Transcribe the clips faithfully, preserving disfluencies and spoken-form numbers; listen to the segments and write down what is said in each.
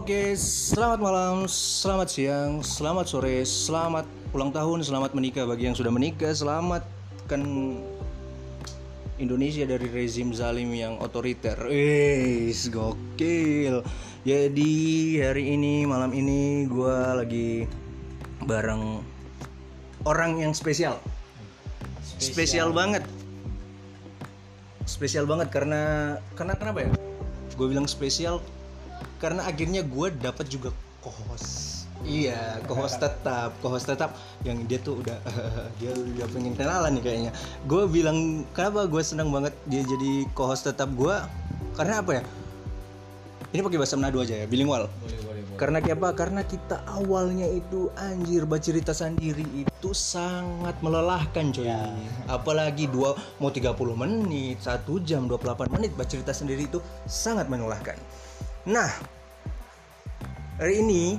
Oke, selamat malam, selamat siang, selamat sore, selamat ulang tahun, selamat menikah bagi yang sudah menikah, selamatkan Indonesia dari rezim zalim yang otoriter. Wih, gokil. Jadi hari ini, malam ini gue lagi bareng orang yang spesial. Spesial, spesial banget. Spesial banget karena karena kenapa ya? Gue bilang spesial karena akhirnya gue dapat juga co-host. Iya, co-host tetap, co-host tetap yang dia tuh udah uh, dia udah pengen kenalan nih kayaknya. Gue bilang kenapa gue senang banget dia jadi co-host tetap gue, karena apa ya? Ini pakai bahasa Manado aja ya, bilingual. Boleh, boleh, boleh. Karena apa? Karena kita awalnya itu anjir bercerita sendiri itu sangat melelahkan coy. Ya. Apalagi dua mau tiga puluh menit, satu jam dua puluh delapan menit bercerita sendiri itu sangat melelahkan. Nah, hari ini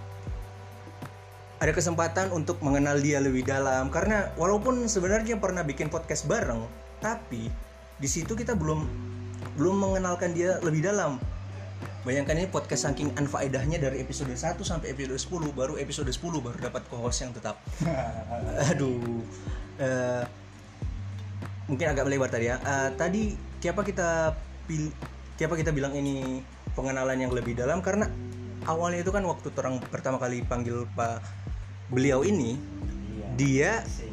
ada kesempatan untuk mengenal dia lebih dalam karena walaupun sebenarnya pernah bikin podcast bareng, tapi di situ kita belum belum mengenalkan dia lebih dalam. Bayangkan ini podcast saking anfaedahnya dari episode satu sampai episode sepuluh, baru episode sepuluh baru dapat co-host yang tetap. Aduh. Uh, mungkin agak melebar tadi ya. Uh, tadi kenapa kita pilih kenapa kita bilang ini pengenalan yang lebih dalam, karena awalnya itu kan waktu orang pertama kali panggil Pak beliau ini, iya, dia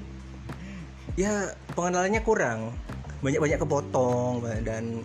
ya pengenalannya kurang, banyak-banyak kepotong dan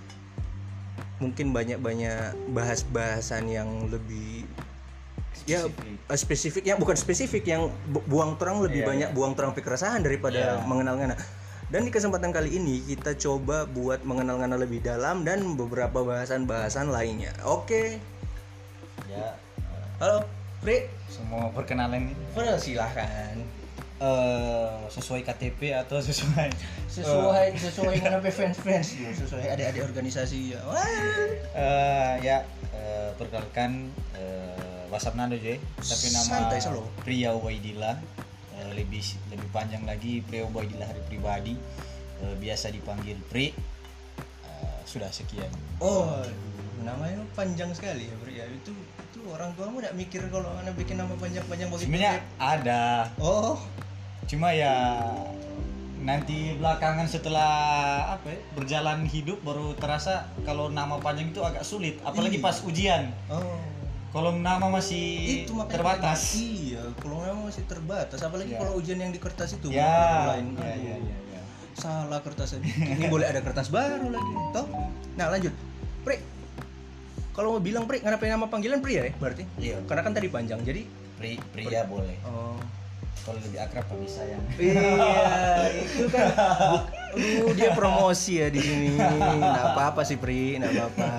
mungkin banyak-banyak bahas-bahasan yang lebih spesifik. ya spesifik yang bukan spesifik yang bu- buang terang lebih yeah, banyak yeah. buang terang keresahan daripada yeah. mengenal ngana. Dan di kesempatan kali ini kita coba buat mengenal ngana lebih dalam dan beberapa bahasan-bahasan lainnya. Oke. Ya. Halo, Pri. Semua perkenalan ini. Silahkan. Uh, sesuai K T P atau sesuai sesuai uh. sesuai dengan fans-fans ya, sesuai adik-adik organisasi ya. Uh, ya uh, perkenalkan uh, WhatsApp Nando J, tapi nama Pria Ubaidillah, uh, lebih lebih panjang lagi Pria Ubaidillah hari pribadi, uh, biasa dipanggil Pri. Uh, sudah sekian. Oh, namanya panjang sekali ya, Pri. Ya, itu itu orang tuamu enggak mikir kalau anak bikin nama panjang-panjang begitu? Sebenarnya ada. Oh. Cuma ya nanti belakangan setelah apa ya, berjalan hidup baru terasa kalau nama panjang itu agak sulit, apalagi iya. pas ujian. Oh. Kalau nama masih itu, terbatas. Iya, kalau nama masih terbatas, apalagi ya. kalau ujian yang di kertas itu ya, lain. Ya, ya, ya, ya. Salah kertasnya. Ini boleh ada kertas baru lagi, toh? Nah, lanjut. Pri. Kalau mau bilang Pri, kenapa nama panggilan Pri ya? Berarti? Iya. Karena kan tadi panjang, jadi Pri, Pria Pri. boleh. Oh. Kalau lebih akrab Pak bisa ya. Iya, itu kan. Aduh, dia promosi ya di sini. Enggak apa-apa sih, Pri, enggak apa-apa.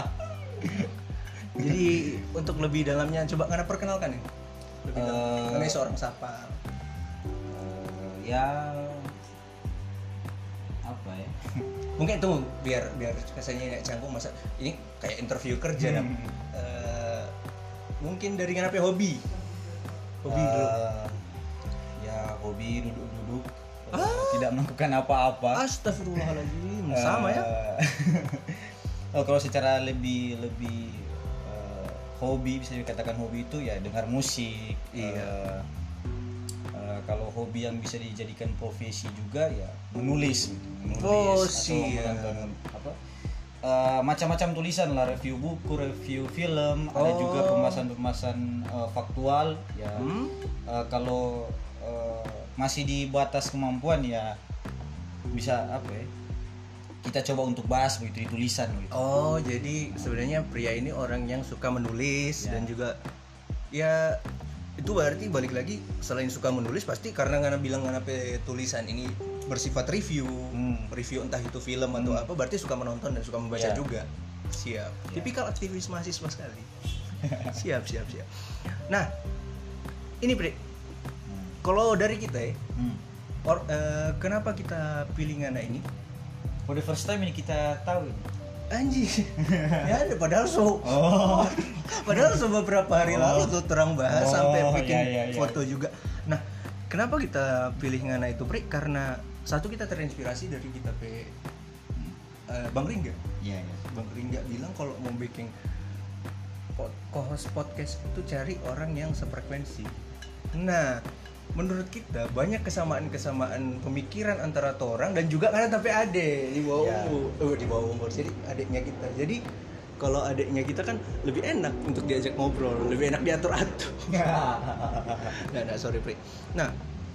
Jadi untuk lebih dalamnya coba karena perkenalkan ya. Lebih uh, dalam. Karena seorang sapa. Uh, ya apa ya? Mungkin tuh biar biar kesannya enggak canggung, masa ini kayak interview kerja dan uh, mungkin dari kenapa hobi? Hobi uh, dulu. Ya hobi duduk-duduk, ah? tidak melakukan apa-apa. Astagfirullahaladzim, uh, sama ya. Oh, kalau secara lebih lebih uh, hobi, bisa dikatakan hobi itu ya dengar musik. Iya. Uh, uh, kalau hobi yang bisa dijadikan profesi juga ya menulis, menulis oh, atau menonton apa uh, macam-macam tulisan lah, review buku, review film, oh. ada juga pembahasan-pembahasan uh, faktual ya. Hmm? Uh, kalau Uh, masih di batas kemampuan ya bisa apa ya, kita coba untuk bahas begitu di tulisan gitu. Oh, jadi sebenarnya Pria ini orang yang suka menulis ya. Dan juga ya itu berarti balik lagi selain suka menulis pasti karena ngana bilang ngana pe tulisan ini bersifat review, hmm. review entah itu film hmm. atau apa, berarti suka menonton dan suka membaca ya. juga. Siap. Ya. Tipikal aktivis mahasiswa sekali. siap, siap, siap. Nah, ini Pri. Kalau dari kita ya, hmm. or, uh, kenapa kita pilih ngana ini? For the first time ini kita tahu ini. Anjir, ya ada padahal so, oh. padahal so beberapa hari oh. lalu tuh terang bahas oh, sampai bikin ya, ya, ya. foto juga. Nah, kenapa kita pilih ngana itu, Pri? Karena satu kita terinspirasi dari kita pe uh, Bang Ringga. Iya, ya. Bang Ringga bilang kalau mau bikin co-host podcast itu cari orang yang sefrekuensi. Nah, menurut kita banyak kesamaan-kesamaan pemikiran antara orang dan juga karena tapi ade di bawah Ya. oh, di bawah umur, jadi adiknya kita. Jadi kalau adiknya kita kan lebih enak untuk diajak ngobrol, lebih enak diatur-atur. Nggak, nggak, sorry Pri. Nah,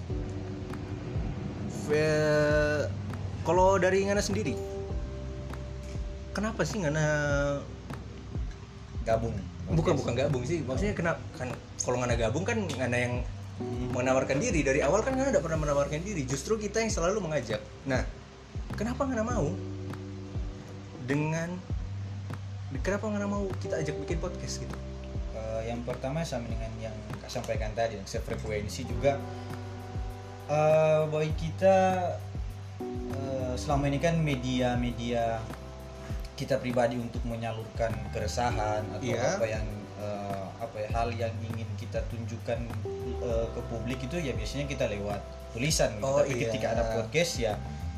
ve- kalau dari Ngana sendiri, kenapa sih Ngana Gabung. bukan bukan gabung sih, maksudnya kenapa kan kalau Ngana gabung kan Ngana yang menawarkan diri dari awal, kan Ngana tidak pernah menawarkan diri, justru kita yang selalu mengajak. Nah, kenapa Ngana mau dengan kenapa Ngana mau kita ajak bikin podcast gitu? Uh, yang pertama sama dengan yang Kak sampaikan tadi, yang sefrekuensi juga. Uh, bagi kita uh, selama ini kan media-media kita pribadi untuk menyalurkan keresahan atau Iya. apa yang uh, apa ya, hal yang ingin kita tunjukkan uh, ke publik itu ya biasanya kita lewat tulisan gitu. Oh, Tapi iya. ketika ada podcast ya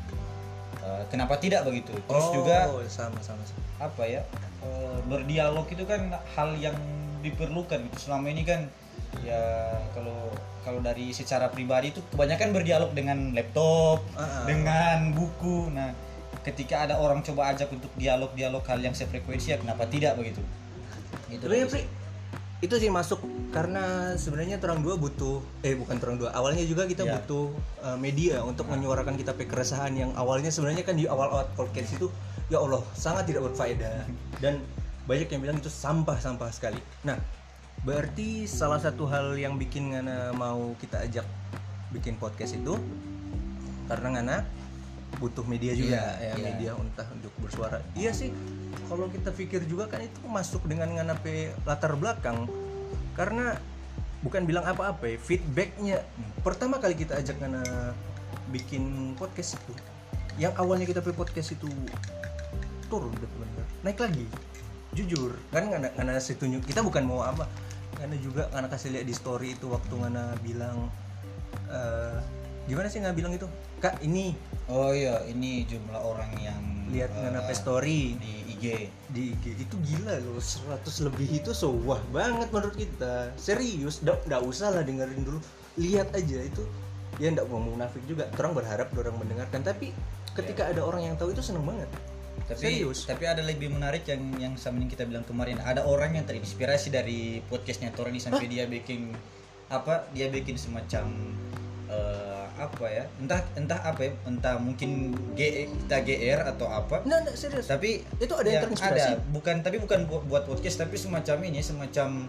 uh, kenapa tidak begitu. Terus Oh, juga sama sama sama. apa ya, uh, berdialog itu kan hal yang diperlukan gitu. Selama ini kan ya kalau kalau dari secara pribadi itu kebanyakan berdialog dengan laptop, Ah, ah. dengan buku. Nah, ketika ada orang coba ajak untuk dialog-dialog hal yang sefrekuensi ya kenapa tidak begitu? Gitu. Sebenarnya Pri, itu sih masuk karena sebenarnya terang dua butuh eh bukan terang dua awalnya juga kita Ya. butuh uh, media untuk menyuarakan kita pe keresahan yang awalnya sebenarnya kan di awal-awal podcast itu ya Allah sangat tidak berfaedah dan banyak yang bilang itu sampah-sampah sekali. Nah, berarti salah satu hal yang bikin Ngana mau kita ajak bikin podcast itu karena Ngana butuh media juga, Iya, ya iya. media entah untuk bersuara. Iya sih, kalau kita pikir juga kan itu masuk dengan Ngana pe latar belakang, karena bukan bilang apa-apa ya, feedbacknya pertama kali kita ajak Ngana bikin podcast itu, yang awalnya kita pe podcast itu turun benar-benar naik lagi, jujur kan Ngana, Ngana kasih tunjuk, kita bukan mau apa, Ngana juga Ngana kasih lihat di story itu waktu Ngana bilang eh, gimana sih Ngana bilang itu, Kak ini Oh iya, ini jumlah orang yang lihat uh, Ngana pe story di I G. di I G itu gila loh, seratus lebih itu so wah banget menurut kita, serius, nggak usah lah dengerin dulu, lihat aja itu, ya nggak mau munafik juga, orang berharap orang mendengarkan, tapi ketika ada orang yang tahu itu seneng banget. Tapi Serius. tapi ada lebih menarik yang yang sama yang kita bilang kemarin, ada orang yang terinspirasi dari podcastnya Tor ini sampai dia bikin apa, dia bikin semacam eh, apa ya, entah entah apa ya, entah mungkin G, kita G R atau apa. Nah, nah serius, Tapi itu ada yang terinspirasi. ada, bukan tapi bukan buat, buat podcast, tapi semacam ini, semacam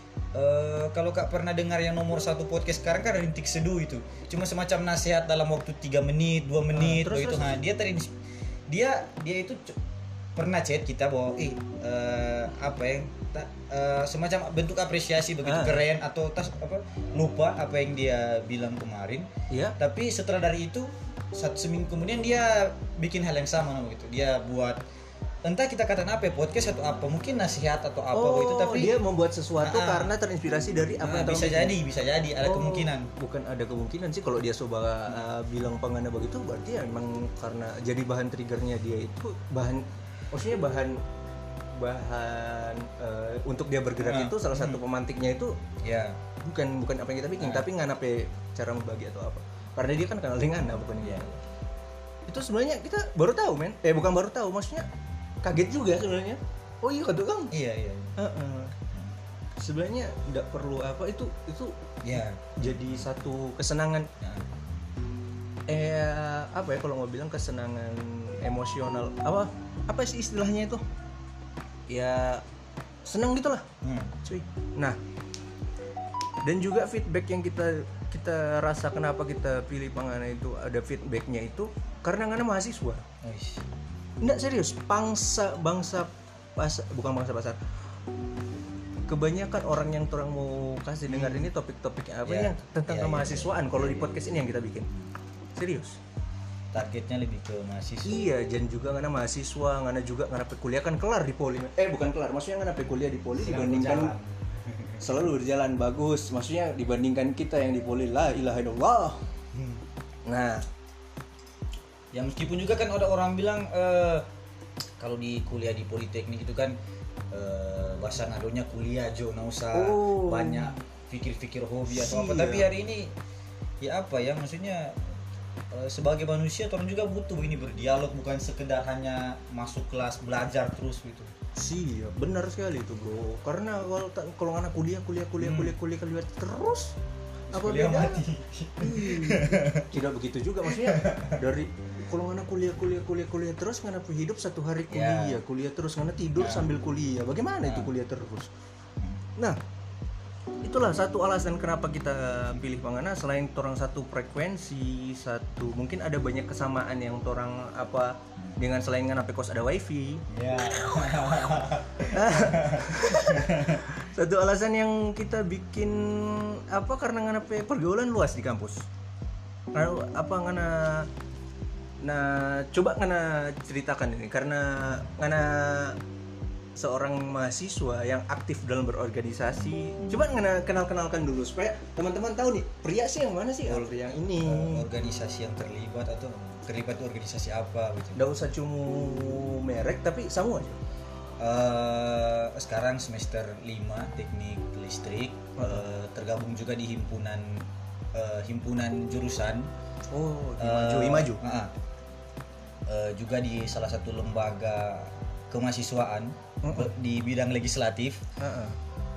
eh, kalau Kak pernah dengar yang nomor satu podcast sekarang kan Rintik Seduh itu, cuma semacam nasihat dalam waktu tiga menit, dua menit, terus, begitu. terus, Nah, dia terinsp dia dia itu c- pernah chat kita bahwa eh eh, apa ya, ta- eh, semacam bentuk apresiasi begitu, Ah. keren atau tas apa, lupa apa yang dia bilang kemarin. Iya. Tapi setelah dari itu satu seminggu kemudian dia bikin hal yang sama begitu. Dia buat entah kita katakan apa ya, podcast atau apa, mungkin nasihat atau apa Oh, begitu, tapi dia membuat sesuatu Ah, ah. karena terinspirasi dari apa nah, yang orang bisa bikin. jadi, bisa jadi ada Oh, kemungkinan. bukan ada kemungkinan sih kalau dia coba uh, bilang pengana begitu, berarti ya emang karena jadi bahan triggernya dia itu bahan, maksudnya bahan bahan uh, untuk dia bergerak Ah, itu salah satu pemantiknya itu Ya. bukan bukan apa yang kita bikin, Ah. tapi ngana pe cara membagi atau apa, karena dia kan kenal dengan Ngana bukan Ya. dia. Itu sebenarnya kita baru tahu men, eh bukan baru tahu, maksudnya kaget juga sebenarnya. Oh iya kata Kang. Iya, iya. Heeh. Sebenarnya nggak perlu apa itu itu Ya. jadi satu kesenangan, Nah, eh apa ya kalau mau bilang kesenangan emosional, apa apa sih istilahnya itu, ya senang gitulah hmm. cuy. Nah, dan juga feedback yang kita kita rasa kenapa kita pilih Pangana itu ada feedbacknya itu karena Ngana mahasiswa. Uish. Nggak serius, bangsa bangsa pas bukan bangsa pasar. Kebanyakan orang yang orang mau kasih dengar ini topik-topiknya apa Ya, yang tentang ya, ya, kemahasiswaan. ya, Kalau ya, di ya. podcast ini yang kita bikin, serius. Targetnya lebih ke mahasiswa. Iya, dan juga Ngana mahasiswa, Ngana juga Ngana pe kuliah kan kelar di Poli. Eh bukan kelar, maksudnya Ngana pe kuliah di Poli dibandingkan selalu berjalan bagus. Maksudnya dibandingkan kita yang di Poli, la ilaha illallah. Nah, Ya meskipun juga kan ada orang bilang eh, kalau di kuliah di politeknik itu kan uh, bahasa ngadonya kuliah jo, nggak usah Oh. banyak pikir-pikir hobi atau apa. Siap. Tapi hari ini ya apa ya, maksudnya uh, sebagai manusia orang juga butuh ini berdialog, bukan sekedar hanya masuk kelas belajar terus gitu. Siap, benar sekali itu bro. Karena kalau ta- kalau anak kuliah kuliah kuliah Hmm. kuliah kuliah kuliah terus apa Kuliah beda? mati. Hmm. Tidak begitu juga maksudnya. Dari kalau anak kuliah kuliah kuliah kuliah terus ngana hidup satu hari kuliah Ya. kuliah terus ngana tidur Ya. sambil kuliah. Bagaimana itu Ya. kuliah terus? Nah, itulah satu alasan kenapa kita pilih Pangana. Selain orang satu frekuensi, satu mungkin ada banyak kesamaan yang orang apa dengan selain ngana pekos ada wifi. Ya. Satu alasan yang kita bikin apa karena ngana pe- pergaulan luas di kampus. Karena apa ngana nah coba ngana ceritakan ini karena ngana seorang mahasiswa yang aktif dalam berorganisasi. Coba ngana kenal-kenalkan dulu supaya teman-teman tahu nih, pria sih yang mana sih? Oh, yang ini. Uh, organisasi yang terlibat atau terlibat itu organisasi apa gitu. Nggak usah cuma merek tapi sama aja. Uh, sekarang semester lima teknik listrik, uh, tergabung juga di himpunan uh, himpunan jurusan. Oh, Uh, Imaju, Imaju. uh, uh, juga di salah satu lembaga kemahasiswaan Uh-uh. di bidang legislatif. Uh-uh.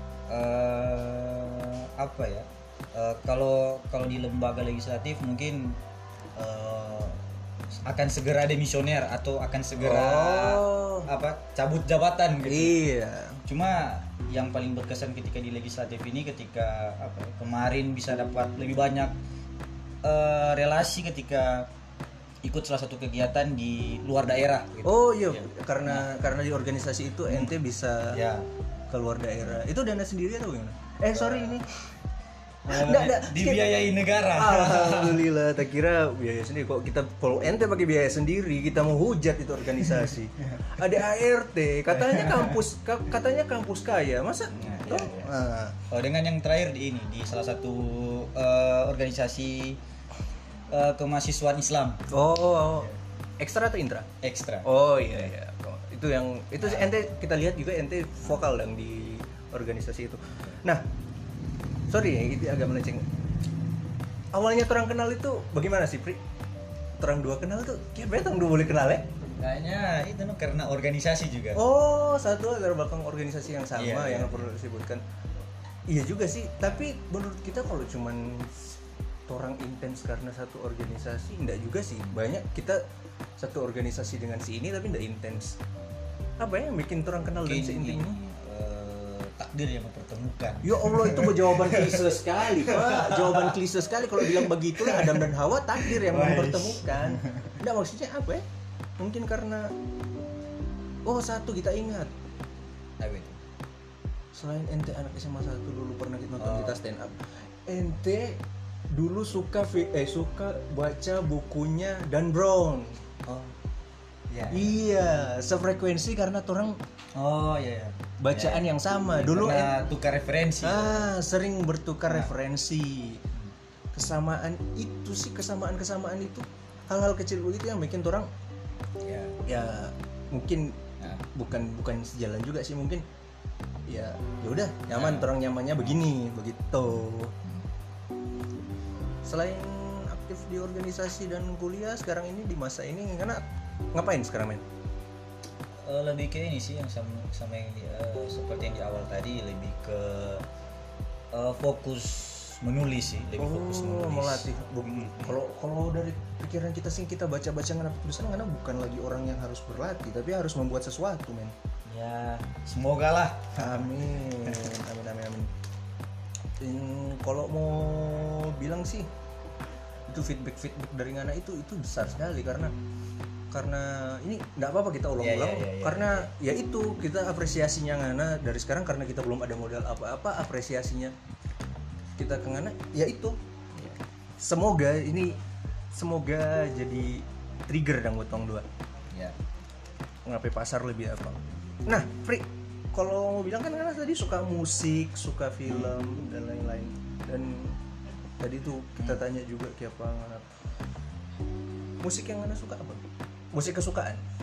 Uh, apa ya? Uh, kalau kalau di lembaga legislatif mungkin uh, akan segera demisioner atau akan segera Oh. apa cabut jabatan gitu. Iya. Cuma yang paling berkesan ketika di legislatif ini ketika apa ya, kemarin bisa dapat lebih banyak uh, relasi ketika ikut salah satu kegiatan di luar daerah gitu. Oh iya, Ya. karena karena di organisasi itu ente bisa Ya. keluar daerah. Itu dana sendiri atau gimana? Eh sorry ini. Uh, Nggak, nggak. dibiayai negara. Alhamdulillah, tak kira biaya sendiri. Kok kita kalau ente pakai biaya sendiri, kita mau hujat itu organisasi. Ada A R T, katanya kampus ka- katanya kampus kaya, masa? Nah, Toh? iya, iya. Ah. Oh, dengan yang terakhir di ini di salah satu uh, organisasi uh, kemahasiswaan Islam Oh, oh. Ekstra atau intra? ekstra. Oh iya iya. Oh, itu yang itu ente kita lihat juga ente vokal yang di organisasi itu. Nah, sorry ya, itu agak melenceng. Awalnya orang kenal itu bagaimana sih, Pri? Orang dua kenal tuh kayak betong dua boleh kenal ya? Kayaknya itu no, karena organisasi juga. Oh, satu latar belakang organisasi yang sama Iya, yang iya. perlu disebutkan. Iya juga sih, tapi menurut kita kalau cuman orang intens karena satu organisasi enggak juga sih. Banyak kita satu organisasi dengan si ini tapi enggak intens. Apa ya yang bikin orang kenal dan Mungkin seintim ini, ini? eh, takdir yang mempertemukan. Ya Allah, itu jawaban klise sekali Pak. Jawaban klise sekali kalau bilang begitulah Adam dan Hawa takdir yang Wais. mempertemukan. Enggak, maksudnya apa ya? Mungkin karena oh satu kita ingat. Apa itu? Selain ente anak S M A satu dulu pernah kita nonton Oh. kita stand up. Ente dulu suka vi- eh suka baca bukunya Dan Brown. Oh. Ya. Iya, sefrekuensi karena orang Oh iya. iya. bacaan Ya. yang sama. Dulu Karena tukar referensi. ah sering bertukar Nah. referensi. Kesamaan itu sih, kesamaan-kesamaan itu hal-hal kecil begitu yang bikin orang Ya. ya mungkin Nah. bukan bukan sejalan juga sih, mungkin ya ya udah nyaman, Nah. orang nyamannya begini begitu. Selain aktif di organisasi dan kuliah sekarang ini di masa ini karena ngapain sekarang men? Eh, lebih ke ini sih yang sama, sama yang di, eh, seperti yang di awal tadi, lebih ke eh, fokus menulis sih, lebih fokus menulis. Melatih. Bu- Mm. Kalau kalau dari pikiran kita sih kita baca-baca ngana tulisan karena bukan lagi orang yang harus berlatih tapi harus membuat sesuatu men. Ya, semoga lah. Amin, amin, amin, amin. Hmm, kalau mau bilang sih itu feedback feedback dari Ngana itu itu besar sekali karena karena ini nggak apa-apa kita ulang-ulang Ya, ya, ya, ya. karena ya itu kita apresiasinya Ngana dari sekarang karena kita belum ada modal apa-apa, apresiasinya kita ke Ngana ya itu. Semoga ini semoga jadi trigger dan buat tong dua. Ya. Ngapain pasar lebih apa. Nah, Fri, kalau mau bilang kan Ngana tadi suka musik, suka film dan lain-lain. Dan tadi tuh kita tanya juga kayak apa Ngana. Musik yang Ngana suka apa? Musik kesukaan.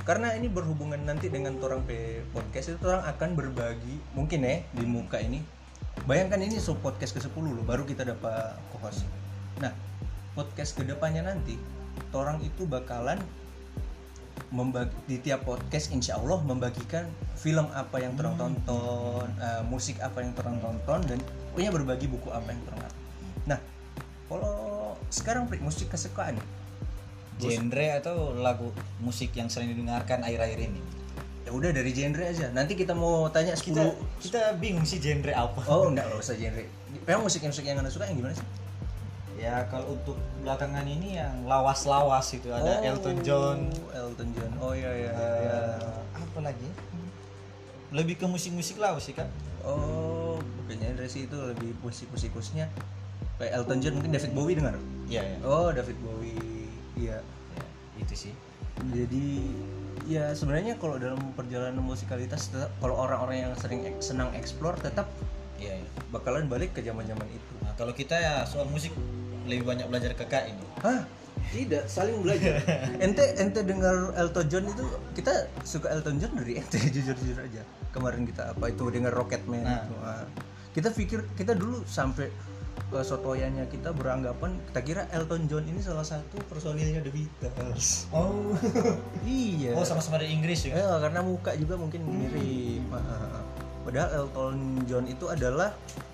karena ini berhubungan nanti dengan torang pe podcast itu orang akan berbagi mungkin ya di muka ini. Bayangkan ini so podcast ke sepuluh loh, baru kita dapat co-host. Nah, podcast kedepannya nanti orang itu bakalan membagi di tiap podcast insya Allah membagikan film apa yang orang tonton, uh, musik apa yang orang tonton, dan punya berbagi buku apa yang orang. Nah, kalau sekarang musik kesukaan genre atau lagu musik yang sering didengarkan akhir-akhir ini? Ya udah dari genre aja. Nanti kita mau tanya sepuluh. Kita, kita bingung sih genre apa. Oh, enggak, enggak usah genre. Memang musik yang musik yang Anda suka yang gimana sih? Ya kalau untuk belakangan ini yang lawas-lawas itu ada oh, Elton John, Elton John. Oh iya iya. Uh, iya. Apa lagi? Lebih ke musik-musik lawas sih kan? Oh, bukannya genre sih itu lebih musik-musikusnya. Kayak Elton John mungkin David Bowie dengar? Iya ya. Oh, David Bowie. Iya. Ya, itu sih. Jadi ya sebenarnya kalau dalam perjalanan musikalitas tetap, kalau orang-orang yang sering ek, senang explore tetap Iya, ya. bakalan balik ke zaman-zaman itu. Nah, kalau kita ya soal musik lebih banyak belajar ke Kak ini. Hah? Tidak, saling belajar. ente ente dengar Elton John itu, kita suka Elton John dari ente jujur-jujur aja. Kemarin kita apa itu dengar Rocketman. Nah. Nah, kita pikir kita dulu sampai ke sotoyannya kita beranggapan kita kira Elton John ini salah satu personilnya The Beatles. Oh. Iya. Oh, sama-sama dari Inggris juga. Ya, karena muka juga mungkin mirip. Hmm. Padahal Elton John itu adalah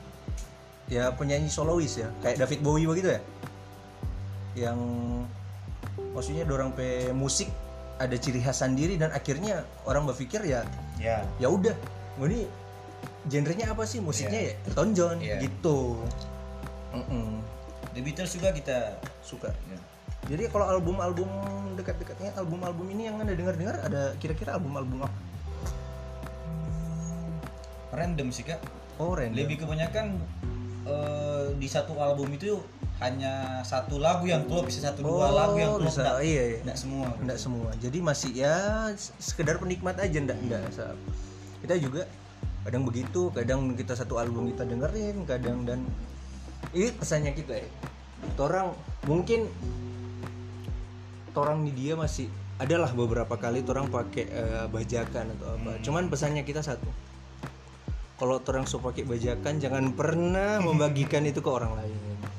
ya penyanyi solois ya, kayak David Bowie begitu ya, yang maksudnya dorang pe musik ada ciri khas sendiri dan akhirnya orang berpikir ya ya ya udah ini genrenya apa sih musiknya, yeah. ya Elton John, yeah. gitu. Mm-mm. The Beatles juga kita suka, yeah. Jadi kalau album-album dekat-dekatnya, album-album ini yang Anda dengar-dengar ada kira-kira album-album apa? Random sih Kak. Oh, random. Lebih kebanyakan Uh, di satu album itu hanya satu lagu yang klop, bisa satu oh, dua lagu yang klop, bisa, enggak, iya, iya. enggak semua, enggak semua. Jadi masih ya sekedar penikmat aja, enggak enggak. Kita juga kadang begitu, kadang kita satu album kita dengerin, kadang dan ini pesannya kita ya. Torang mungkin torang nih dia masih adalah beberapa kali torang pakai uh, bajakan atau apa. Hmm. Cuman pesannya kita satu. Kalau orang so pakai bajakan jangan pernah membagikan itu ke orang lain.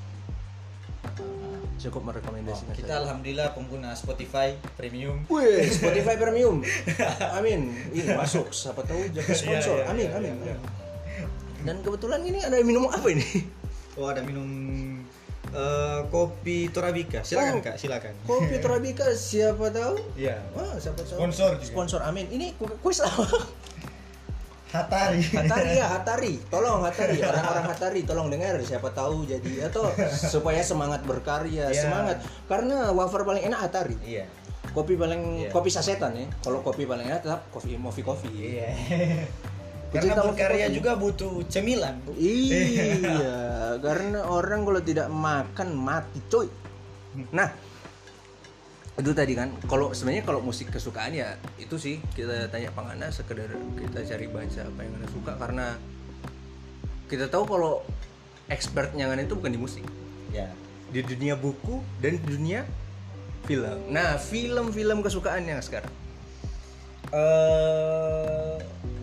Cukup merekomendasikan. Oh, kita saya. Alhamdulillah pengguna Spotify Premium. Wih, Spotify Premium. Amin. Ini masuk. Siapa tahu jadi sponsor. Amin, amin. Dan kebetulan ini ada minum apa ini? Oh, ada minum uh, kopi Torabika. Silakan oh, Kak, silakan. Kopi Torabika, siapa tahu? Iya. Oh, siapa tahu. Sponsor juga. Sponsor. Amin. Ini kuis apa? Hatari. Hatari ya, Hatari. Tolong Hatari, orang-orang Hatari tolong dengar, siapa tahu jadi atau supaya semangat berkarya, yeah. Semangat. Karena wafer paling enak Hatari. Iya. Yeah. Kopi paling yeah. kopi sasetan ya. Kalau kopi paling enak tetap kopi Mofi Coffee. Iya. Yeah. Karena berkarya juga butuh cemilan. Iya, karena orang kalau tidak makan mati, coy. Nah, itu tadi kan, kalau sebenarnya kalau musik kesukaan ya itu sih kita tanya Pangana sekedar kita cari baca apa yang Anda suka, karena kita tahu kalau expertnya kan itu bukan di musik ya, di dunia buku dan di dunia film. Nah, film-film kesukaannya sekarang uh,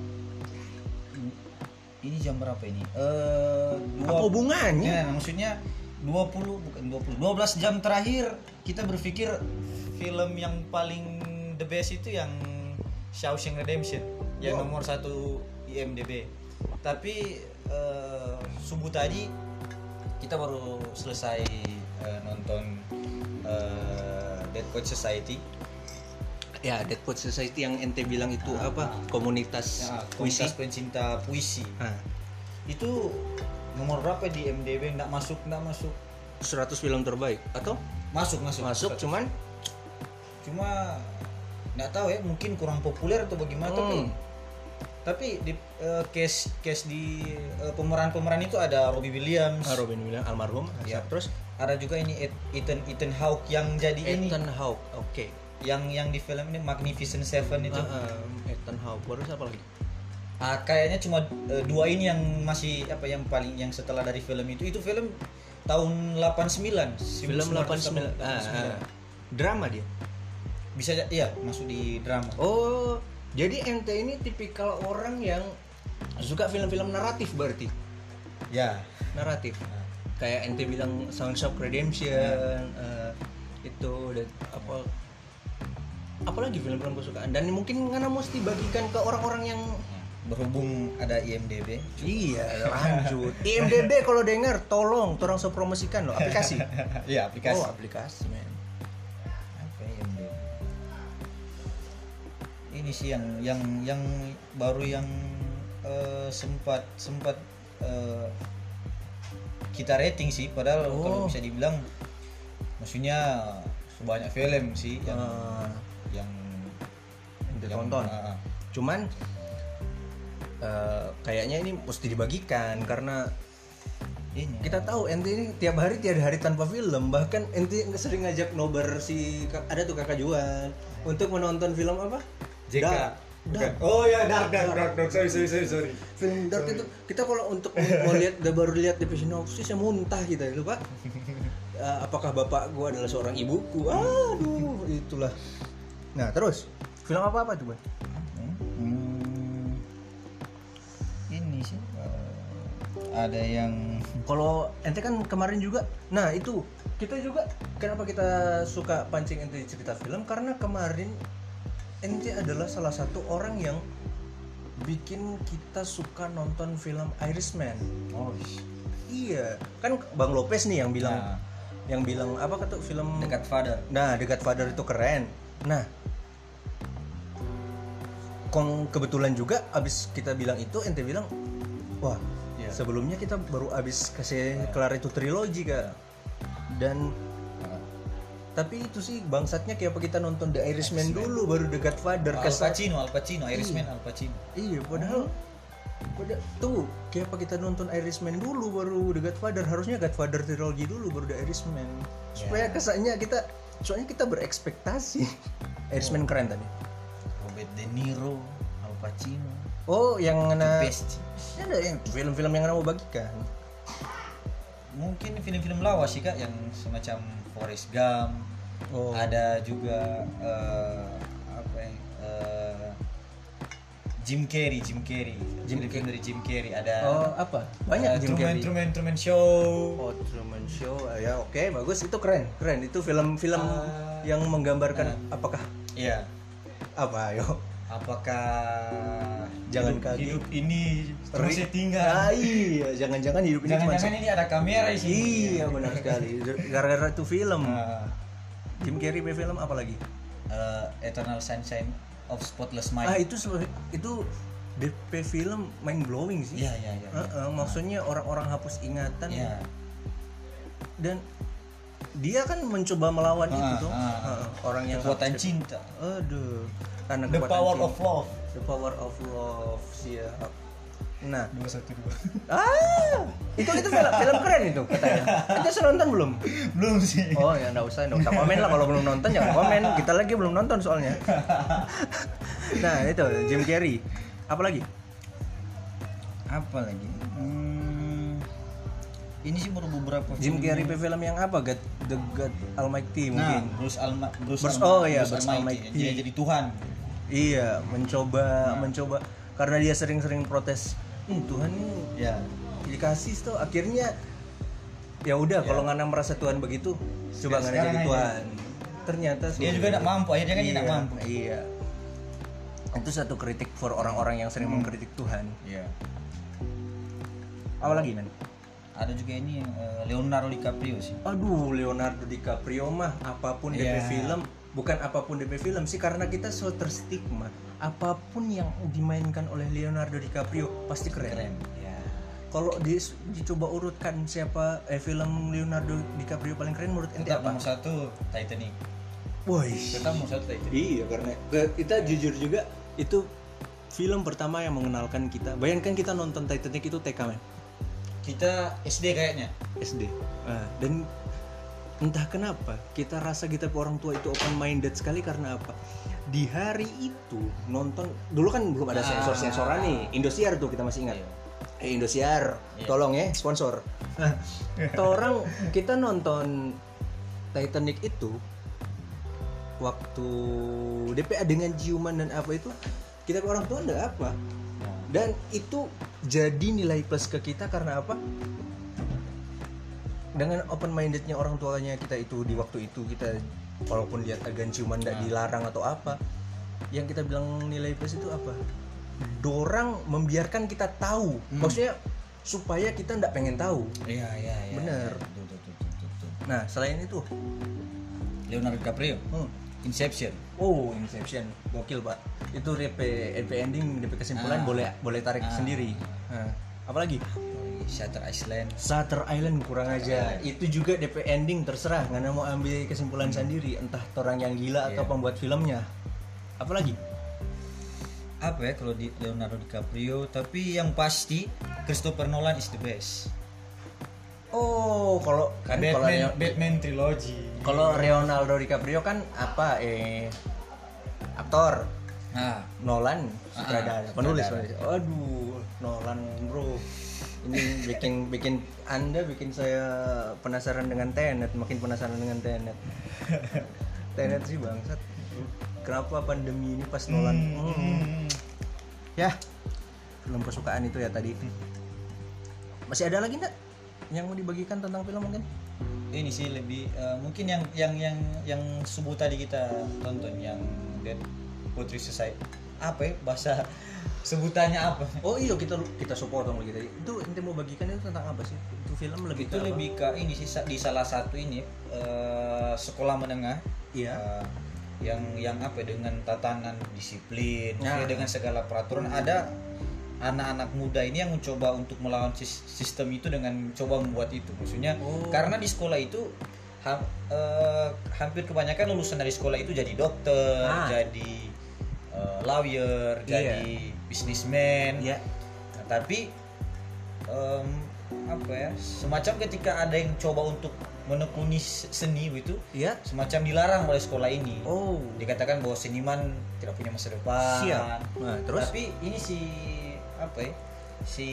ini jam berapa ini? Uh, dua, apa hubungannya? Ya, maksudnya dua puluh bukan dua puluh, dua belas jam terakhir kita berpikir film yang paling the best itu yang Shawshank Redemption, yang wow. nomor satu I M D B. Tapi uh, subuh tadi kita baru selesai uh, nonton uh, Dead Poets Society. Ya, Dead Poets Society yang ente bilang itu ah, apa? Komunitas ya, komunitas pencinta puisi. Ah. Itu nomor berapa di I M D B? Nggak masuk, nggak masuk seratus film terbaik atau masuk masuk masuk seratus. cuman cuma nggak tahu ya, mungkin kurang populer atau bagaimana. hmm. tapi tapi di uh, case case di uh, pemeran-pemeran itu ada Robbie Williams, ah, Robin Williams almarhum ya. Terus ada juga ini Ethan Ethan Hawke yang jadi Ethan ini Ethan Hawke, oke, okay. yang yang di film ini Magnificent Seven itu. uh, uh, Ethan Hawke, baru siapa lagi? Ah, kayaknya cuma uh, dua ini yang masih apa yang paling yang setelah dari film itu itu film tahun delapan puluh sembilan. Film delapan puluh sembilan. Ah, ah. Drama dia. Bisa iya masuk di drama. Oh, jadi ente ini tipikal orang yang suka film-film naratif berarti? Ya. Naratif. Nah. Kayak ente bilang Shawshank Redemption, uh, itu dan apa? Apalagi film-film kesukaan. Dan mungkin ngana mesti bagikan ke orang-orang yang Berhubung ada I M D B. iya lanjut. I M D B kalau dengar, tolong, torang so promosikan loh aplikasi. Iya aplikasi. Oh aplikasi men. Apa I M D B? Ini sih yang yang yang baru yang uh, sempat sempat uh, kita rating sih. Padahal Oh. kalau bisa dibilang, maksudnya sebanyak film sih yang Uh, yang ente yang- tonton. uh, uh. Cuman uh, kayaknya ini mesti dibagikan karena Ini kita tahu ente ini tiap hari tiada hari tanpa film. Bahkan ente sering ngajak nobar si ada tuh kakak jual untuk menonton film apa? J K. Dark. Dark. Oh ya dark dark dark dark sorry sorry sorry sorry. Film Dark itu kita kalau untuk mau lihat udah baru lihat di sinopsis ya muntah kita itu pak. Uh, apakah bapak gua adalah seorang ibuku? Aduh itulah. Nah terus film apa apa tuh bang? Hmm, ini sih uh, ada yang Kalau ente kan kemarin juga, nah itu kita juga kenapa kita suka pancing ente cerita film karena kemarin ente adalah salah satu orang yang bikin kita suka nonton film Irishman. oh Iya, kan Bang Lopez nih yang bilang, Nah. yang bilang apa kata film The Godfather. Nah, The Godfather itu keren. Nah, kong kebetulan juga abis kita bilang itu ente bilang, wah Iya. sebelumnya kita baru abis kasih kelar itu trilogi kak. Dan Nah, tapi itu sih bangsatnya kayak apa kita nonton The Irishman dulu baru The Godfather. Al Kesan- Pacino, Al Pacino, Irishman, Al Pacino. Iya, padahal pada tuh kayak apa kita nonton Irishman dulu baru The Godfather. Harusnya Godfather trilogi dulu baru The Irishman. Supaya kesannya kita soalnya kita berekspektasi. Irishman keren tadi. Robert De Niro, Al Pacino. Oh, yang ngena Best. ada yang film-film yang ngena mau bagikan. Mungkin film-film lawas sih kak yang semacam Forrest Gump. Oh. Ada juga eh, apa ya? eh, Jim Carrey, Jim Carrey. Jim Film-film dari Jim Carrey ada. Oh, apa? Banyak eh, Jim Truman, Carrey. Truman, Truman Show. Oh, Truman Show. Ya, oke, bagus. Itu keren. Keren. Itu film-film Ah. yang menggambarkan apakah Iya. apa, ayo. Apakah Jangan hidup, kaget. hidup ini terus saya tinggal? Ah, iya, jangan-jangan hidup ini cuma Jangan-jangan ini ada kamera di sini. Iya benar sekali. Gara-gara itu film. Nah, Jim Carrey punya film apa lagi? eh, Eternal Sunshine of Spotless Mind. Ah itu sebe- itu D P film mind blowing sih. Iya iya iya. Heeh, maksudnya orang-orang hapus ingatan Iya. dan dia kan mencoba melawan Ah, itu tuh. ah. Heeh, orang yang Kekuatan hapus- cinta. Aduh. Karena The kekuatan Power cinta. of Love. The Power of Love siap. Nah, dua satu dua. ah, itu itu film, film keren itu katanya. Kita sudah nonton belum? Belum sih. Oh ya nggak usah, nggak usah komen lah kalau belum nonton jangan komen. Kita lagi belum nonton soalnya. Nah itu Jim Carrey. Apa lagi? Apa lagi? Hmm, ini sih baru beberapa Jim film. Carrey film yang apa? God, The God Almighty Nah, mungkin. Bruce Alma Bruce, Bruce- Alma- oh iya, Bruce Bruce Almighty. Almighty. Dia jadi Tuhan. Iya, mencoba mencoba karena dia sering-sering protes. Ih, Tuhan ini Ya. dikasih tuh akhirnya ya udah kalau ngana merasa Tuhan begitu coba ngana sekarang jadi aja. Tuhan. Ternyata Dia juga tidak mampu, akhirnya kan dia tidak Iya, mampu. Iya. Itu satu kritik for orang-orang yang sering mengkritik Tuhan. Iya. Apa lagi, men? Ada juga ini eh, Leonardo DiCaprio sih. Aduh, Leonardo DiCaprio mah apapun D P Iya. film, bukan apapun D P film sih karena kita so terstigma. Apapun yang dimainkan oleh Leonardo DiCaprio pasti keren. Keren. Ya. Kalau di, dicoba urutkan siapa eh film Leonardo DiCaprio paling keren menurut ente Tetap apa? nomor satu Titanic. Woi. Tetap nomor satu Titanic. Iya, karena ke- kita jujur juga itu film pertama yang mengenalkan kita. Bayangkan kita nonton Titanic itu T K, men. Kita S D kayaknya. S D. Nah, dan entah kenapa kita rasa kita orang tua itu open minded sekali karena apa? Di hari itu nonton dulu kan belum ada Ah. sensor-sensoran nih. Indosiar tuh kita masih ingat. Iya. Eh Indosiar, Iya. tolong ya sponsor. Nah, orang kita nonton Titanic itu waktu D P A dengan ciuman dan apa itu kita ke orang tua enggak apa. Dan itu jadi nilai plus ke kita karena apa? Dengan open mindednya orang tuanya kita itu di waktu itu kita walaupun lihat agan ciuman enggak dilarang atau apa, yang kita bilang nilai plus itu apa? Dorang membiarkan kita tahu, hmm. maksudnya supaya kita enggak pengen tahu. Iya iya iya. Bener. Ya, tuh, tuh, tuh, tuh, tuh. Nah selain itu Leonardo DiCaprio, hmm. Inception. Oh Inception, gokil pak. Itu D P, D P ending, D P kesimpulan ah. boleh boleh tarik ah. sendiri. Nah, apalagi? Shutter Island. Shutter Island kurang aja. Island. Itu juga D P ending terserah, nggak mau ambil kesimpulan hmm. sendiri, entah orang yang gila yeah. atau pembuat filmnya. Apalagi? Apa ya kalau di Leonardo DiCaprio, tapi yang pasti Christopher Nolan is the best. Oh, kalau kan Batman, kalau Batman trilogy. Kalau Leonardo DiCaprio kan apa eh aktor. Nah, Nolan sutradara, ah, penulis. Aduh, Nolan bro. Ini bikin bikin Anda bikin saya penasaran dengan Tenet, makin penasaran dengan Tenet. Tenet sih bangsat. Kenapa pandemi ini pas Nolan? Hmm. Hmm. Ya. Film kesukaan itu ya tadi. Masih ada lagi enggak yang mau dibagikan tentang film mungkin? Ini sih lebih uh, mungkin yang yang yang yang subuh tadi kita tonton yang Dead Poetry Society. Apa ya bahasa sebutannya apa? Oh iya kita kita sepotong lagi tadi. Itu ente mau bagikan itu tentang apa sih? Itu film lebih itu ke lebih ke ini sih di salah satu ini uh, sekolah menengah. Iya. Uh, yang yang apa dengan tatanan disiplin, nah. dengan segala peraturan ada anak-anak muda ini yang mencoba untuk melawan sistem itu dengan coba membuat itu. Maksudnya oh. karena di sekolah itu ha, uh, hampir kebanyakan lulusan dari sekolah itu jadi dokter, ah. jadi uh, lawyer, yeah. jadi businessman. Yeah. Nah, tapi um, apa ya? Semacam ketika ada yang coba untuk menekuni seni itu, yeah. semacam dilarang oleh sekolah ini. Oh. Dikatakan bahwa seniman tidak punya masa depan. Siap. Nah, terus? Tapi ini si apa ya, si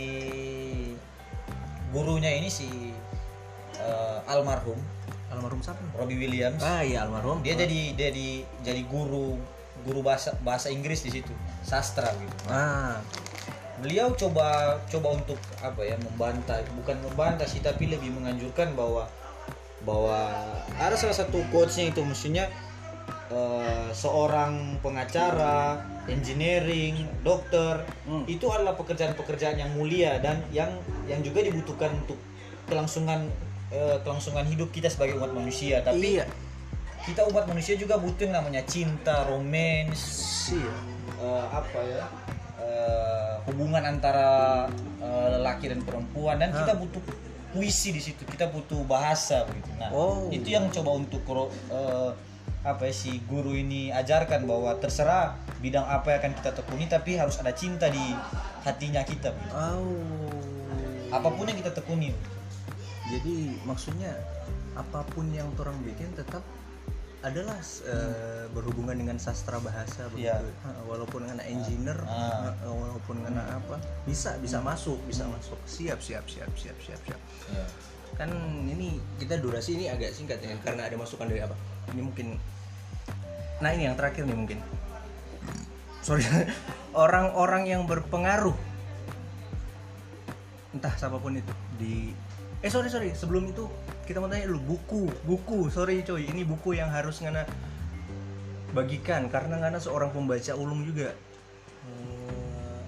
gurunya ini si uh, almarhum almarhum siapa? Robbie Williams. Ah iya almarhum. Dia oh. jadi jadi jadi guru guru bahasa bahasa Inggris di situ, sastra gitu. Ah. Beliau coba coba untuk apa ya membantah, bukan membantah sih tapi lebih menganjurkan bahwa bahwa ada salah satu quotes-nya itu maksudnya uh, seorang pengacara, engineering, dokter hmm. itu adalah pekerjaan-pekerjaan yang mulia dan yang yang juga dibutuhkan untuk kelangsungan uh, kelangsungan hidup kita sebagai umat manusia. Tapi iya. kita umat manusia juga butuh namanya cinta, romance, iya. uh, apa ya uh, hubungan antara uh, lelaki dan perempuan dan ha. kita butuh puisi di situ, kita butuh bahasa begitu. Nah, oh. itu yang coba untuk uh, apa ya, si guru ini ajarkan bahwa terserah bidang apa yang akan kita tekuni tapi harus ada cinta di hatinya kita begitu. Oh. Apapun yang kita tekuni. Jadi maksudnya apapun yang orang bikin tetap adalah uh, berhubungan dengan sastra bahasa begitu. Yeah. Walaupun anak engineer, ah. uh, walaupun anak hmm. apa, bisa bisa hmm. masuk, bisa hmm. masuk. Siap, siap, siap, siap, siap, siap. Yeah. Kan ini kita durasi ini agak singkat ya, karena ada masukan dari apa? Ini mungkin. Nah ini yang terakhir nih mungkin. Sorry, orang-orang yang berpengaruh, entah siapapun itu di. Eh sorry sorry sebelum itu kita mau tanya dulu buku buku sorry coy ini buku yang harus ngana bagikan karena ngana seorang pembaca ulung juga. Hmm,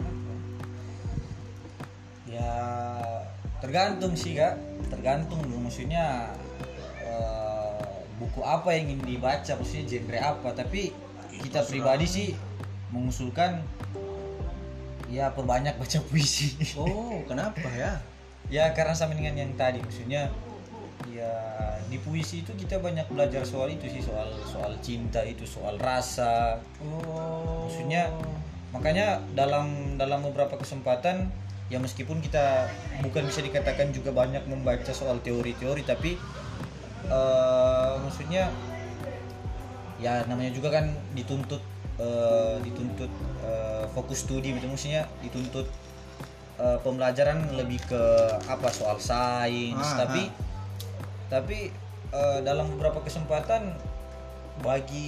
ya tergantung sih kak tergantung maksudnya uh, buku apa yang ingin dibaca maksudnya genre apa tapi kita pribadi sih mengusulkan ya perbanyak baca puisi. Oh kenapa ya? Ya karena sama dengan yang tadi maksudnya ya di puisi itu kita banyak belajar soal itu sih soal soal cinta itu soal rasa. Oh. Maksudnya makanya dalam dalam beberapa kesempatan ya meskipun kita bukan bisa dikatakan juga banyak membaca soal teori-teori tapi uh, maksudnya ya namanya juga kan dituntut uh, dituntut uh, fokus studi gitu maksudnya dituntut Uh, pembelajaran lebih ke apa soal sains ah, tapi ah. tapi uh, dalam beberapa kesempatan bagi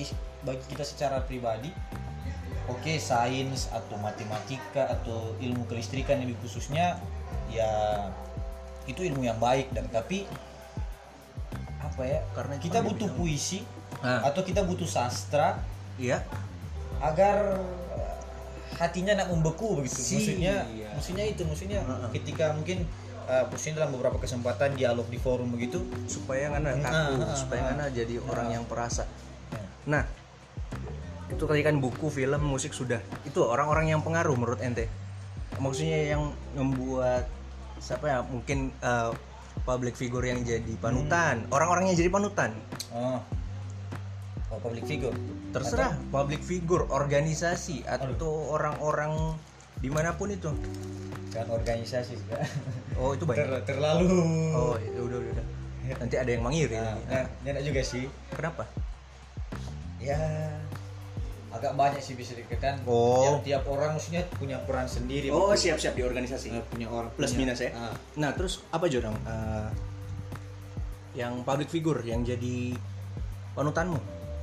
bagi kita secara pribadi, oke okay, sains atau matematika atau ilmu kelistrikan lebih khususnya ya itu ilmu yang baik, dan tapi apa ya, Karena kita kan butuh dibilang- puisi Ah. atau kita butuh sastra Iya. agar hatinya nak membeku begitu. Si, Maksudnya, iya. maksudnya itu maksudnya Uh-uh. ketika mungkin uh, maksudnya dalam beberapa kesempatan dialog di forum begitu, Supaya ngana kaku, Ah, ah, supaya ah. ngana jadi orang yang perasa. ya, Nah, itu tadi kan buku, film, musik sudah. Itu orang-orang yang pengaruh menurut ente. Maksudnya yang membuat siapa ya? Mungkin uh, public figure yang jadi panutan, orang-orang yang jadi panutan. oh, oh public figure. Terserah public figure, organisasi atau orang-orang dimanapun itu. Kan organisasi juga. Oh, itu banyak. Ter- terlalu. Oh, ya udah udah udah. Nanti ada yang mengiri. Nah, nih. nah, enak juga sih. Kenapa? Ya agak banyak sih bisa dikatakan. Oh. Tiap, tiap orang maksudnya punya peran sendiri. Oh, betul. siap-siap di organisasi. Eh, punya orang Plus punya- minus ya. Ah. Nah, terus apa Jorang? Eh, yang public figure yang jadi panutanmu?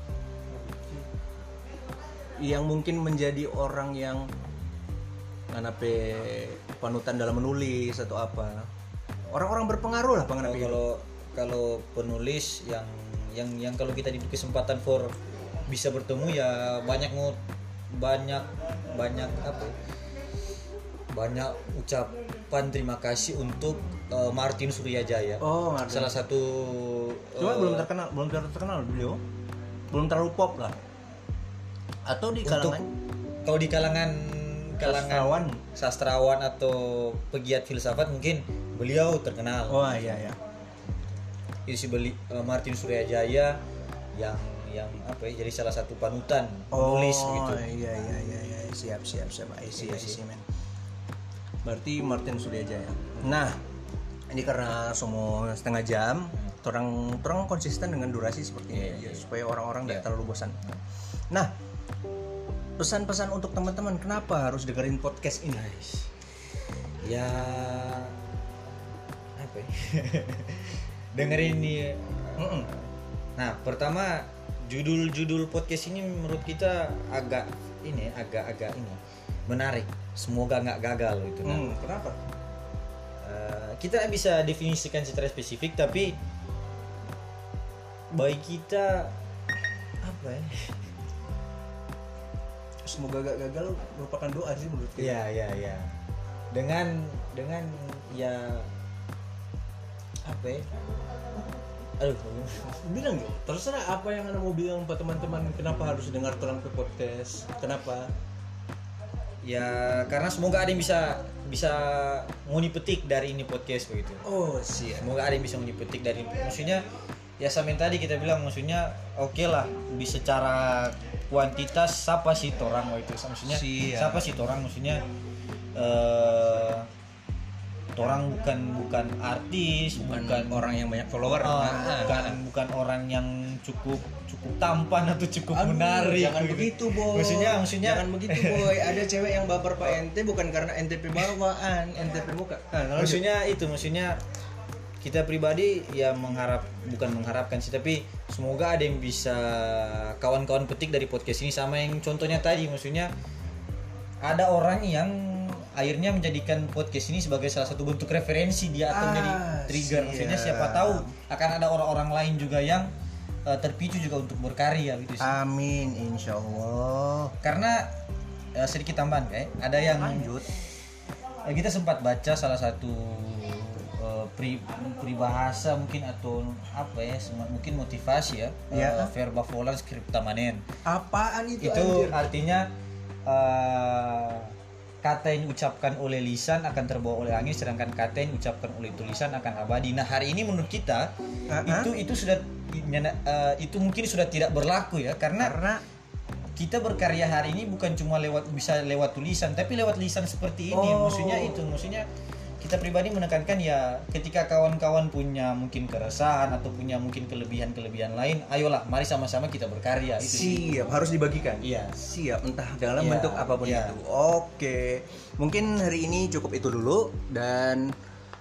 Yang mungkin menjadi orang yang nganape panutan dalam menulis atau apa? Orang-orang berpengaruh lah Kalau pengen kalau kalau penulis yang yang yang kalau kita diberi kesempatan for bisa bertemu ya banyak mau banyak banyak apa ya, banyak ucapan terima kasih untuk uh, Martin Suryajaya. Oh, ngerti. Salah satu Cuma uh, belum terkenal, belum ter- terkenal beliau. Belum terlalu pop lah. Atau di untuk kalangan kalau di kalangan kalangan sastrawan. sastrawan atau pegiat filsafat mungkin beliau terkenal. Oh iya iya. Itu si beli uh, Martin Suryajaya yang yang apa ya, jadi salah satu panutan penulis Oh gitu. iya iya iya iya, siap siap siap. I see, Iya I sih. see, man. Berarti Martin Suryajaya. Nah, ini karena semua setengah jam, orang orang konsisten dengan durasi seperti ini Iya, ya, iya. supaya orang-orang tidak Iya. terlalu bosan. Nah, pesan-pesan untuk teman-teman kenapa harus dengerin podcast ini? Ya apa ya? Dengerin nih. Mm-mm. Nah, pertama judul-judul podcast ini menurut kita agak ini agak-agak ini menarik. Semoga nggak gagal gitu. Nah, Hmm, kenapa? eh, kita nggak bisa definisikan secara spesifik, tapi bagi kita apa ya? Semoga gak gagal merupakan doa sih menurut kita. Iya, iya, iya. Dengan dengan ya apa ya? Aduh, Bilang yuk, terserah apa yang anda mau bilang buat teman-teman. Kenapa harus dengar orang ke podcast? Kenapa? ya karena semoga ada yang bisa bisa nguni petik dari ini podcast begitu. Oh siap. Semoga ada yang bisa nguni petik dari maksudnya ya sama yang tadi kita bilang maksudnya oke lah di secara kuantitas siapa sih torang itu maksudnya Siap. siapa sih torang maksudnya eh torang bukan bukan artis Bukan, bukan orang yang banyak follower. Ah, Nah, bukan bukan orang yang cukup cukup tampan atau cukup Aduh, menarik. jangan gitu. begitu boy. Maksudnya maksudnya jangan begitu boy. Ada cewek yang baper Pak Ente bukan karena N T P bawaan, N T P muka. Nah, maksudnya itu maksudnya kita pribadi ya mengharap bukan mengharapkan sih tapi semoga ada yang bisa kawan-kawan petik dari podcast ini sama yang contohnya tadi maksudnya ada orang yang akhirnya menjadikan podcast ini sebagai salah satu bentuk referensi dia atau Ah, menjadi trigger maksudnya siapa tahu akan ada orang-orang lain juga yang uh, terpicu juga untuk berkarya gitu sih. Amin, insya Allah. Karena uh, sedikit tambahan kayak ada yang Lanjut. uh, kita sempat baca salah satu uh, pri, peribahasa mungkin atau apa ya sem- mungkin motivasi ya, Ya. uh, verba volant scripta manen. Apaan itu? Itu anjir? artinya uh, kata yang diucapkan oleh lisan akan terbawa oleh angin sedangkan kata yang diucapkan oleh tulisan akan abadi. Nah, hari ini menurut kita Uh-huh. itu itu sudah uh, itu mungkin sudah tidak berlaku ya karena Karena kita berkarya hari ini bukan cuma lewat bisa lewat tulisan tapi lewat lisan seperti ini. Oh. Maksudnya itu maksudnya kita pribadi menekankan ya ketika kawan-kawan punya mungkin keresahan atau punya mungkin kelebihan-kelebihan lain, ayolah mari sama-sama kita berkarya itu sih. siap, harus dibagikan. Iya. Siap, entah dalam Iya, bentuk apapun iya. itu. Oke, mungkin hari ini cukup itu dulu dan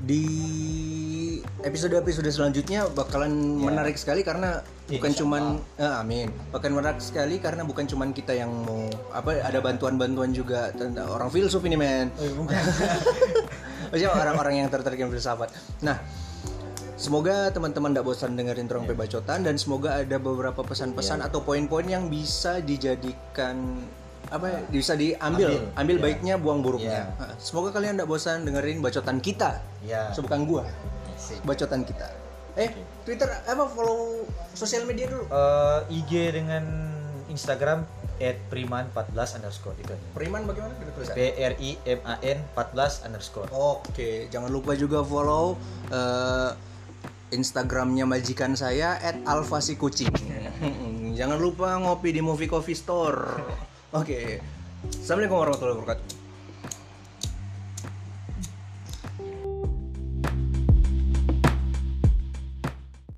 di episode-episode selanjutnya bakalan Ya. menarik sekali karena bukan Insya cuman eh, amin. Bahkan menarik sekali karena bukan cuman kita yang mau apa ada bantuan-bantuan juga tentang orang filsuf ini men. Oh, bukan. Maksudnya orang-orang yang tertarik dengan filsafat. Nah, semoga teman-teman tidak bosan dengerin Terong Pebacotan dan semoga ada beberapa pesan-pesan atau poin-poin yang bisa dijadikan apa ya, bisa diambil, Ambil. ambil Ya. baiknya, buang buruknya. Ya. Nah, semoga kalian tidak bosan dengerin bacotan kita. Ya. So, bukan gua, Asik. bacotan kita. Eh, Twitter apa follow sosial media dulu. Eh, I G dengan Instagram at priman empat belas underscore itu aja. Periman bagaimana tulisan? P R I M A N empat belas underscore. Oke, jangan lupa juga follow eh, Instagramnya majikan saya at alfasikucing. Jangan lupa ngopi di Movie Coffee Store. Oke, Assalamualaikum warahmatullahi wabarakatuh.